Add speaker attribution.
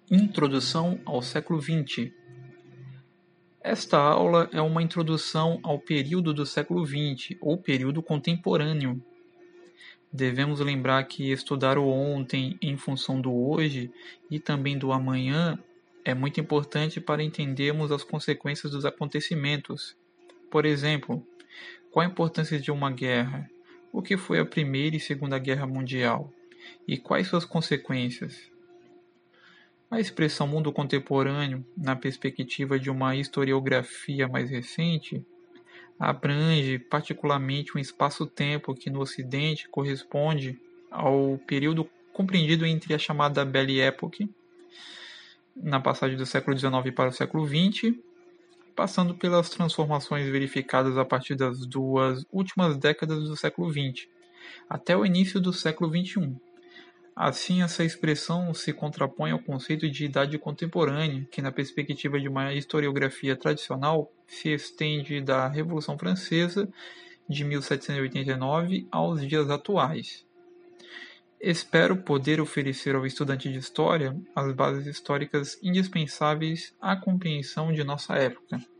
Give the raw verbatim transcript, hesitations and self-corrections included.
Speaker 1: Introdução ao século vinte. Esta aula é uma introdução ao período do século vinte, ou período contemporâneo. Devemos lembrar que estudar o ontem em função do hoje e também do amanhã é muito importante para entendermos as consequências dos acontecimentos. Por exemplo, qual a importância de uma guerra? O que foi a Primeira e Segunda Guerra Mundial? E quais suas consequências? A expressão mundo contemporâneo, na perspectiva de uma historiografia mais recente, abrange particularmente um espaço-tempo que no Ocidente corresponde ao período compreendido entre a chamada Belle Époque, na passagem do século dezenove para o século vinte, passando pelas transformações verificadas a partir das duas últimas décadas do século vinte, até o início do século vinte e um. Assim, essa expressão se contrapõe ao conceito de idade contemporânea, que, na perspectiva de uma historiografia tradicional, se estende da Revolução Francesa de mil setecentos e oitenta e nove aos dias atuais. Espero poder oferecer ao estudante de História as bases históricas indispensáveis à compreensão de nossa época.